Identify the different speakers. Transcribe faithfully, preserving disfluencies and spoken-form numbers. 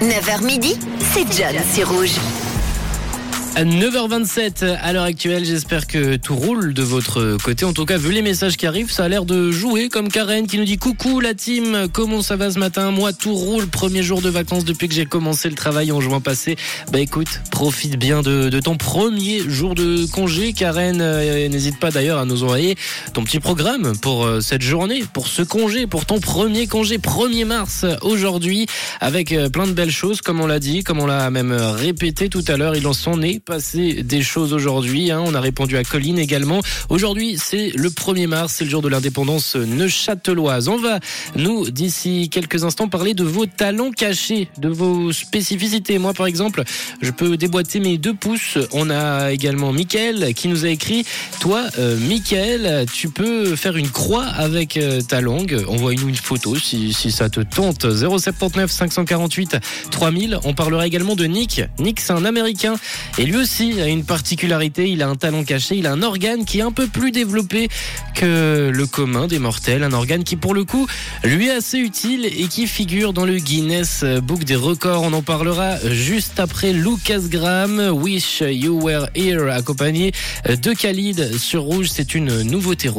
Speaker 1: neuf heures midi, c'est John sur Rouge.
Speaker 2: À neuf heures vingt-sept à l'heure actuelle, j'espère que tout roule de votre côté. En tout cas, vu les messages qui arrivent, ça a l'air de jouer, comme Karen qui nous dit « Coucou la team, comment ça va ce matin ? Moi, tout roule, premier jour de vacances depuis que j'ai commencé le travail en juin passé. » Bah écoute, profite bien de, de ton premier jour de congé, Karen. Euh, n'hésite pas d'ailleurs à nous envoyer ton petit programme pour euh, cette journée, pour ce congé, pour ton premier congé, premier mars aujourd'hui, avec euh, plein de belles choses, comme on l'a dit, comme on l'a même répété tout à l'heure. Il en s'en est passé des choses aujourd'hui, hein. On a répondu à Colline également. Aujourd'hui, c'est le premier mars, c'est le jour de l'indépendance neuchâteloise. On va, nous, d'ici quelques instants, parler de vos talents cachés, de vos spécificités. Moi, par exemple, je peux déboîter mes deux pouces. On a également Mickaël qui nous a écrit « Toi, euh, Mickaël, tu peux faire une croix avec euh, ta langue. Envoie-nous une photo si, si ça te tente. » zéro sept neuf cinq cent quarante-huit trois mille. On parlera également de Nick. Nick, c'est un Américain. Et lui aussi a une particularité, il a un talent caché, il a un organe qui est un peu plus développé que le commun des mortels, un organe qui pour le coup lui est assez utile et qui figure dans le Guinness Book des records. On en parlera juste après Lucas Graham, Wish You Were Here, accompagné de Khalid sur Rouge. C'est une nouveauté rouge.